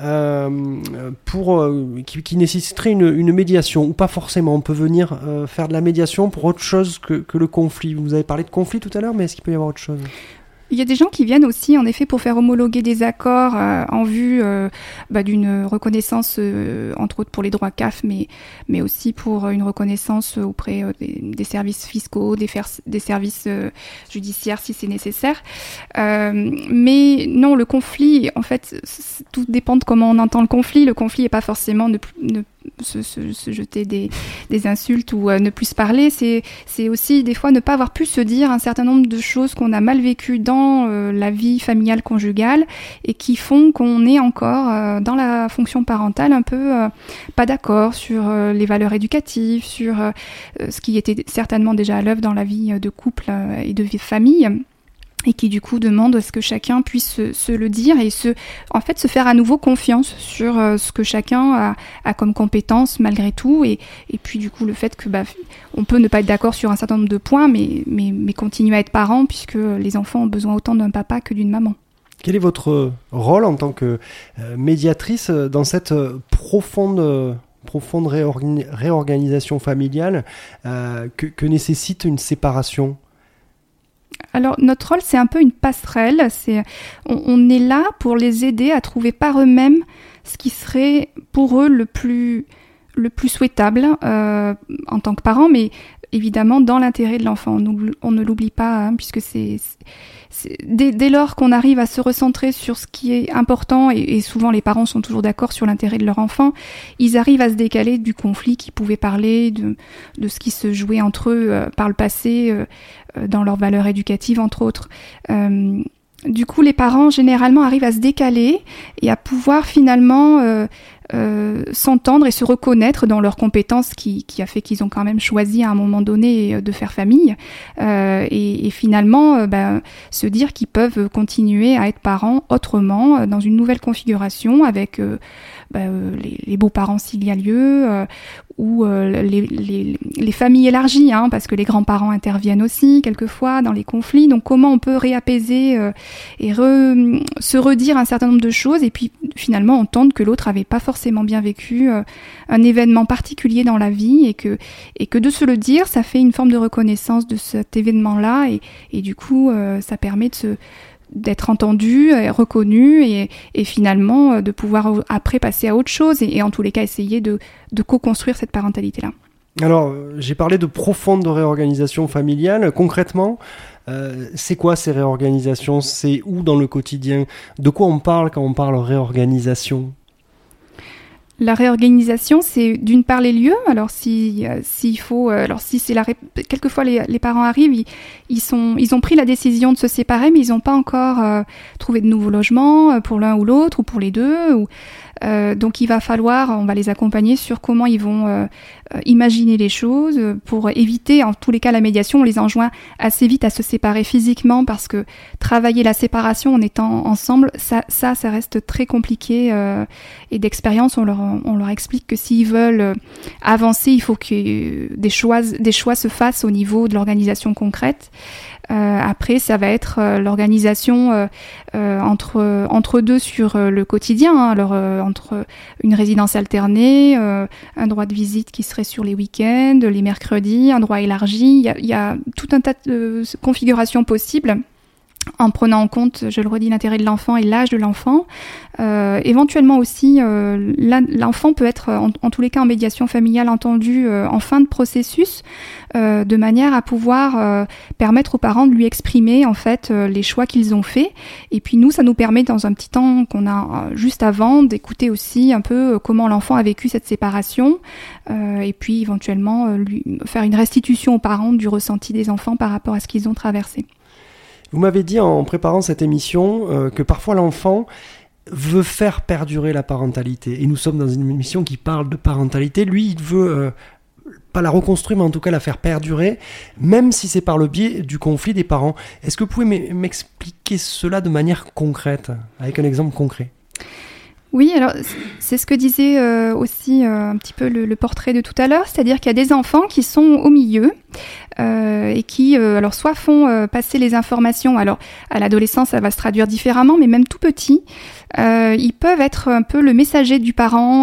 qui nécessiterait une médiation ou pas forcément? On peut venir faire de la médiation pour autre chose que le conflit. Vous avez parlé de conflit tout à l'heure, mais est-ce qu'il peut y avoir autre chose? Il y a des gens qui viennent aussi, en effet, pour faire homologuer des accords en vue d'une reconnaissance, entre autres pour les droits CAF, mais aussi pour une reconnaissance auprès des services fiscaux, des services judiciaires si c'est nécessaire. Mais non, le conflit, en fait, tout dépend de comment on entend le conflit. Le conflit n'est pas forcément se jeter des insultes ou ne plus se parler, c'est aussi des fois ne pas avoir pu se dire un certain nombre de choses qu'on a mal vécues dans la vie familiale conjugale et qui font qu'on est encore dans la fonction parentale un peu pas d'accord sur les valeurs éducatives, sur ce qui était certainement déjà à l'œuvre dans la vie de couple et de vie de famille. et qui du coup demande à ce que chacun puisse se le dire et se faire à nouveau confiance sur ce que chacun a comme compétence malgré tout, et puis du coup le fait que on peut ne pas être d'accord sur un certain nombre de points, mais continuer à être parent, puisque les enfants ont besoin autant d'un papa que d'une maman. Quel est votre rôle en tant que médiatrice dans cette profonde réorganisation familiale que nécessite une séparation ? Alors notre rôle, c'est un peu une passerelle, on est là pour les aider à trouver par eux-mêmes ce qui serait pour eux le plus souhaitable en tant que parents, mais évidemment dans l'intérêt de l'enfant. On ne l'oublie pas, puisque dès lors qu'on arrive à se recentrer sur ce qui est important, et souvent les parents sont toujours d'accord sur l'intérêt de leur enfant, ils arrivent à se décaler du conflit qui pouvait parler de ce qui se jouait entre eux par le passé, dans leurs valeurs éducatives entre autres. Du coup, les parents généralement arrivent à se décaler et à pouvoir finalement s'entendre et se reconnaître dans leurs compétences qui a fait qu'ils ont quand même choisi à un moment donné de faire famille, et finalement se dire qu'ils peuvent continuer à être parents autrement, dans une nouvelle configuration, avec les beaux-parents s'il y a lieu, ou les familles élargies, parce que les grands-parents interviennent aussi quelquefois dans les conflits. Donc comment on peut réapaiser et se redire un certain nombre de choses, et puis finalement entendre que l'autre n'avait pas forcément bien vécu un événement particulier dans la vie, et que de se le dire, ça fait une forme de reconnaissance de cet événement-là, et du coup ça permet d'être entendu, reconnu, et finalement de pouvoir après passer à autre chose, et en tous les cas essayer de co-construire cette parentalité-là. Alors, j'ai parlé de profonde réorganisation familiale. Concrètement, c'est quoi ces réorganisations ? C'est où dans le quotidien ? De quoi on parle quand on parle réorganisation ? La réorganisation, c'est d'une part les lieux. Alors quelquefois les parents arrivent, ils ont pris la décision de se séparer, mais ils n'ont pas encore trouvé de nouveaux logements pour l'un ou l'autre, ou pour les deux. Donc on va les accompagner sur comment ils vont imaginer les choses pour éviter, en tous les cas la médiation. On les enjoint assez vite à se séparer physiquement, parce que travailler la séparation en étant ensemble, ça reste très compliqué, et d'expérience on leur explique que s'ils veulent avancer, il faut que des choix se fassent au niveau de l'organisation concrète. Après, ça va être l'organisation entre deux sur le quotidien, alors entre une résidence alternée, un droit de visite qui serait sur les week-ends, les mercredis, un droit élargi. Il y a tout un tas de configurations possibles, en prenant en compte, je le redis, l'intérêt de l'enfant et l'âge de l'enfant. Éventuellement aussi, l'enfant peut être, en tous les cas en médiation familiale, entendu en fin de processus, de manière à pouvoir permettre aux parents de lui exprimer en fait les choix qu'ils ont faits. Et puis nous, ça nous permet, dans un petit temps qu'on a juste avant, d'écouter aussi un peu comment l'enfant a vécu cette séparation, et puis éventuellement lui faire une restitution aux parents du ressenti des enfants par rapport à ce qu'ils ont traversé. Vous m'avez dit en préparant cette émission que parfois l'enfant veut faire perdurer la parentalité. Et nous sommes dans une émission qui parle de parentalité. Lui, il veut pas la reconstruire, mais en tout cas la faire perdurer, même si c'est par le biais du conflit des parents. Est-ce que vous pouvez m'expliquer cela de manière concrète, avec un exemple concret ? Oui, alors c'est ce que disait aussi un petit peu le portrait de tout à l'heure, c'est-à dire qu'il y a des enfants qui sont au milieu et qui alors soit font passer les informations, alors à l'adolescence ça va se traduire différemment, mais même tout petit, ils peuvent être un peu le messager du parent,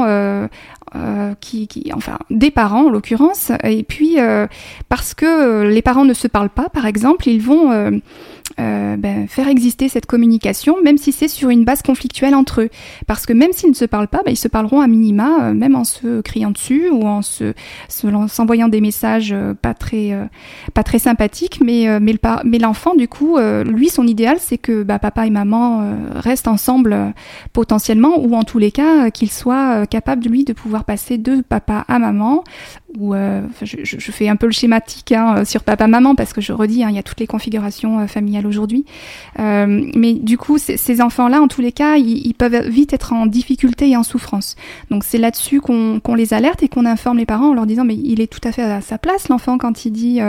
enfin des parents en l'occurrence, et puis parce que les parents ne se parlent pas, par exemple, ils vont faire exister cette communication, même si c'est sur une base conflictuelle entre eux. Parce que même s'ils ne se parlent pas, ils se parleront à minima, même en se criant dessus ou en s'envoyant des messages pas très sympathiques. Mais l'enfant, du coup, lui, son idéal, c'est que papa et maman restent ensemble potentiellement, ou en tous les cas, qu'il soit capable, lui, de pouvoir passer de papa à maman. Ou je fais un peu le schématique sur papa-maman, parce que je redis, il y a toutes les configurations familiales aujourd'hui. Mais du coup, ces enfants-là, en tous les cas, ils peuvent vite être en difficulté et en souffrance. Donc c'est là-dessus qu'on les alerte et qu'on informe les parents en leur disant mais il est tout à fait à sa place, l'enfant, quand il dit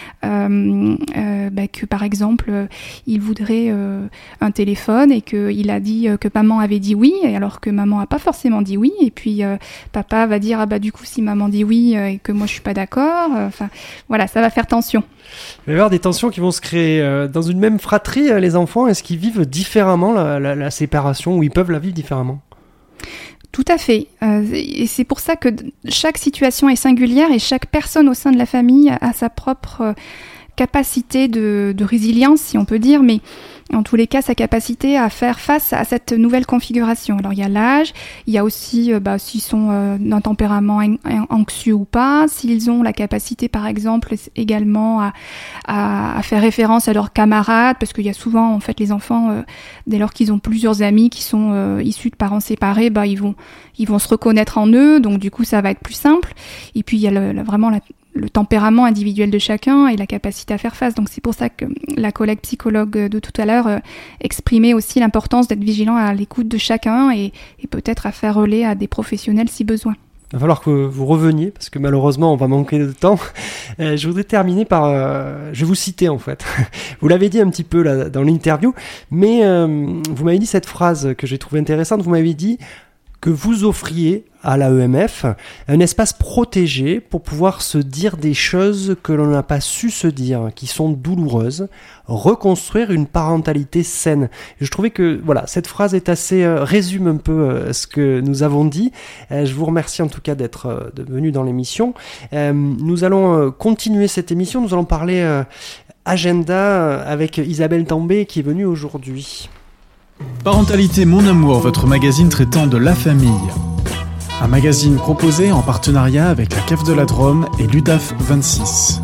que par exemple il voudrait un téléphone et qu'il a dit que maman avait dit oui, alors que maman a pas forcément dit oui, et puis papa va dire du coup si maman dit oui et que moi je suis pas d'accord, voilà, ça va faire tension. Il va y avoir des tensions qui vont se créer dans une même fratrie. Les enfants, est-ce qu'ils vivent différemment la séparation, ou ils peuvent la vivre différemment? Tout à fait. Et c'est pour ça que chaque situation est singulière et chaque personne au sein de la famille a sa propre capacité de résilience, si on peut dire, mais en tous les cas, sa capacité à faire face à cette nouvelle configuration. Alors, il y a l'âge, il y a aussi s'ils sont d'un tempérament anxieux ou pas, s'ils ont la capacité, par exemple, également à faire référence à leurs camarades, parce qu'il y a souvent, en fait, les enfants, dès lors qu'ils ont plusieurs amis qui sont issus de parents séparés, ils vont se reconnaître en eux, donc du coup, ça va être plus simple. Et puis, il y a vraiment le tempérament individuel de chacun et la capacité à faire face. Donc c'est pour ça que la collègue psychologue de tout à l'heure exprimait aussi l'importance d'être vigilant à l'écoute de chacun et peut-être à faire relais à des professionnels si besoin. Il va falloir que vous reveniez, parce que malheureusement on va manquer de temps. Je voudrais terminer par... je vais vous citer en fait. Vous l'avez dit un petit peu là, dans l'interview, mais vous m'avez dit cette phrase que j'ai trouvée intéressante. Vous m'avez dit que vous offriez à l'AEMF un espace protégé pour pouvoir se dire des choses que l'on n'a pas su se dire, qui sont douloureuses, reconstruire une parentalité saine. Et je trouvais que voilà, cette phrase est assez résume un peu ce que nous avons dit. Je vous remercie en tout cas d'être venu dans l'émission. Nous allons continuer cette émission, nous allons parler agenda avec Isabelle Tambay qui est venue aujourd'hui. Parentalité Mon Amour, votre magazine traitant de la famille. Un magazine proposé en partenariat avec la Cave de la Drôme et l'UDAF 26.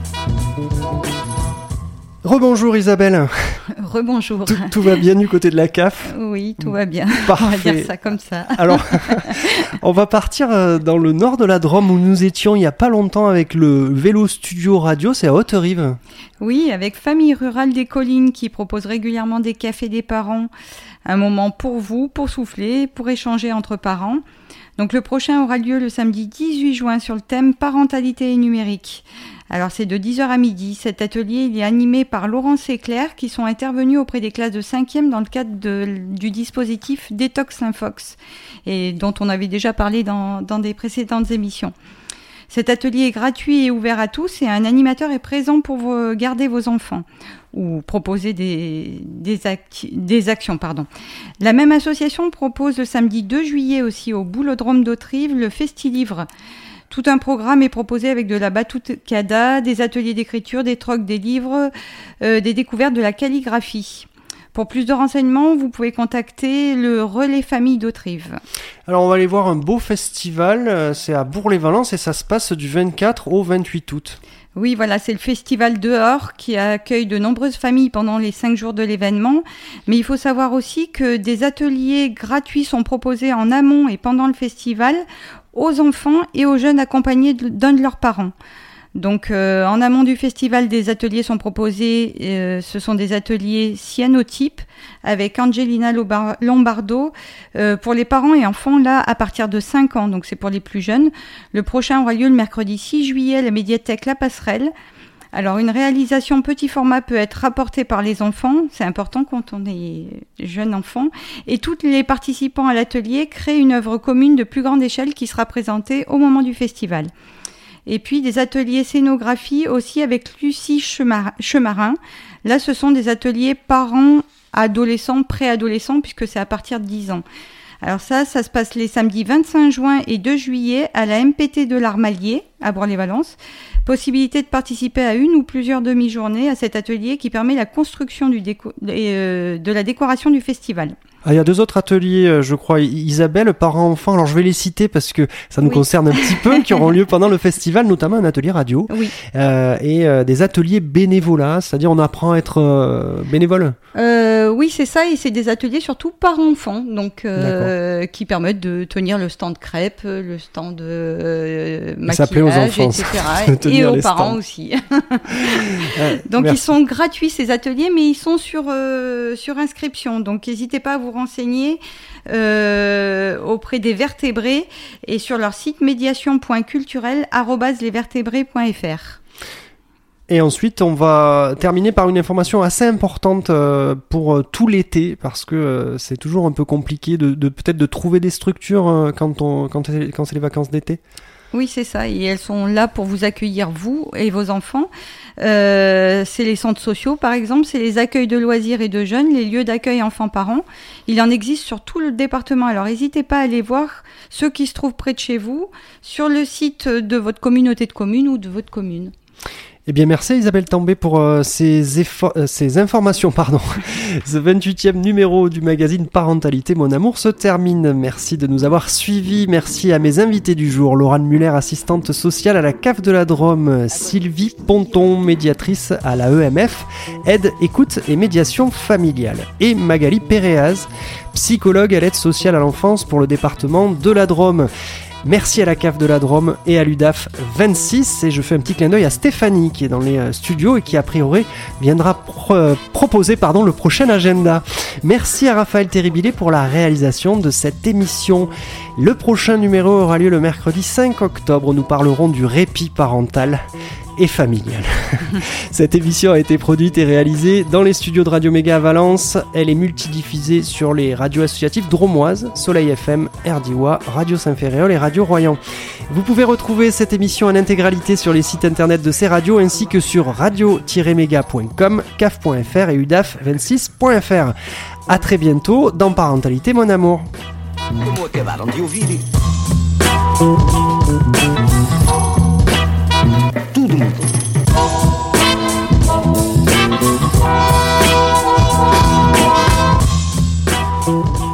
Rebonjour Isabelle. Rebonjour. Tout va bien du côté de la CAF? Oui, tout va bien. Parfait. On va dire ça comme ça. Alors, on va partir dans le nord de la Drôme où nous étions il n'y a pas longtemps avec le Vélo Studio Radio, c'est à Haute-Rive. Oui, avec Famille Rurale des Collines qui propose régulièrement des cafés des parents, un moment pour vous, pour souffler, pour échanger entre parents. Donc le prochain aura lieu le samedi 18 juin sur le thème parentalité et numérique. Alors c'est de 10h à midi. Cet atelier il est animé par Laurence et Claire qui sont intervenus auprès des classes de 5e dans le cadre du dispositif Détox Infox et dont on avait déjà parlé dans des précédentes émissions. Cet atelier est gratuit et ouvert à tous et un animateur est présent pour garder vos enfants ou proposer des actions. La même association propose le samedi 2 juillet aussi au Boulodrome d'Haute-Rive le Festi-Livre. Tout un programme est proposé avec de la batucada, des ateliers d'écriture, des trocs, des livres, des découvertes de la calligraphie. Pour plus de renseignements, vous pouvez contacter le Relais Famille d'Haute-Rive. Alors on va aller voir un beau festival, c'est à Bourg-les-Valences et ça se passe du 24 au 28 août. Oui, voilà, c'est le festival dehors qui accueille de nombreuses familles pendant les 5 jours de l'événement. Mais il faut savoir aussi que des ateliers gratuits sont proposés en amont et pendant le festival aux enfants et aux jeunes accompagnés d'un de leurs parents. Donc en amont du festival, des ateliers sont proposés, ce sont des ateliers cyanotypes avec Angelina Lombardo pour les parents et enfants là à partir de 5 ans, donc c'est pour les plus jeunes. Le prochain aura lieu le mercredi 6 juillet à la médiathèque La Passerelle. Alors une réalisation petit format peut être rapportée par les enfants, c'est important quand on est jeune enfant, et tous les participants à l'atelier créent une œuvre commune de plus grande échelle qui sera présentée au moment du festival. Et puis des ateliers scénographie aussi avec Lucie Chemarin. Là, ce sont des ateliers parents, adolescents, préadolescents, puisque c'est à partir de 10 ans. Alors ça se passe les samedis 25 juin et 2 juillet à la MPT de l'Armalier, à Bourg-les-Valences. Possibilité de participer à une ou plusieurs demi-journées à cet atelier qui permet la construction de la décoration du festival. Ah, il y a 2 autres ateliers, je crois, Isabelle, parents-enfants, alors je vais les citer parce que ça nous concerne un petit peu, qui auront lieu pendant le festival, notamment un atelier radio et des ateliers bénévolat, c'est-à-dire on apprend à être bénévole. Oui, c'est ça, et c'est des ateliers surtout par enfant, donc qui permettent de tenir le stand crêpes, le stand maquillage, aux enfants, etc. Et aux parents aussi. Donc ils sont gratuits ces ateliers, mais ils sont sur inscription. Donc n'hésitez pas à vous renseigner auprès des vertébrés et sur leur site médiation.culturel@lesvertébrés.fr. Et ensuite, on va terminer par une information assez importante pour tout l'été, parce que c'est toujours un peu compliqué de peut-être de trouver des structures quand c'est les vacances d'été. Oui, c'est ça. Et elles sont là pour vous accueillir, vous et vos enfants. C'est les centres sociaux, par exemple. C'est les accueils de loisirs et de jeunes, les lieux d'accueil enfants-parents. Il en existe sur tout le département. Alors, n'hésitez pas à aller voir ceux qui se trouvent près de chez vous, sur le site de votre communauté de communes ou de votre commune. Eh bien, merci Isabelle Tambay pour ces informations. Ce 28e numéro du magazine Parentalité Mon Amour se termine. Merci de nous avoir suivis. Merci à mes invités du jour. Laurane Muller, assistante sociale à la CAF de la Drôme. Sylvie Ponton, médiatrice à la EMF, aide, écoute et médiation familiale. Et Magali Péréaz, psychologue à l'aide sociale à l'enfance pour le département de la Drôme. Merci à la CAF de la Drôme et à l'UDAF 26, et je fais un petit clin d'œil à Stéphanie qui est dans les studios et qui a priori viendra proposer le prochain agenda. Merci à Raphaël Terribilé pour la réalisation de cette émission. Le prochain numéro aura lieu le mercredi 5 octobre. Nous parlerons du répit parental et familial. Cette émission a été produite et réalisée dans les studios de Radio Méga à Valence. Elle est multidiffusée sur les radios associatives drômoises, Soleil FM, RDIWA, Radio Saint-Ferréol et Radio Royan. Vous pouvez retrouver cette émission en intégralité sur les sites internet de ces radios ainsi que sur radio-méga.com, caf.fr et udaf26.fr. À très bientôt dans Parentalité Mon Amour. Tudo.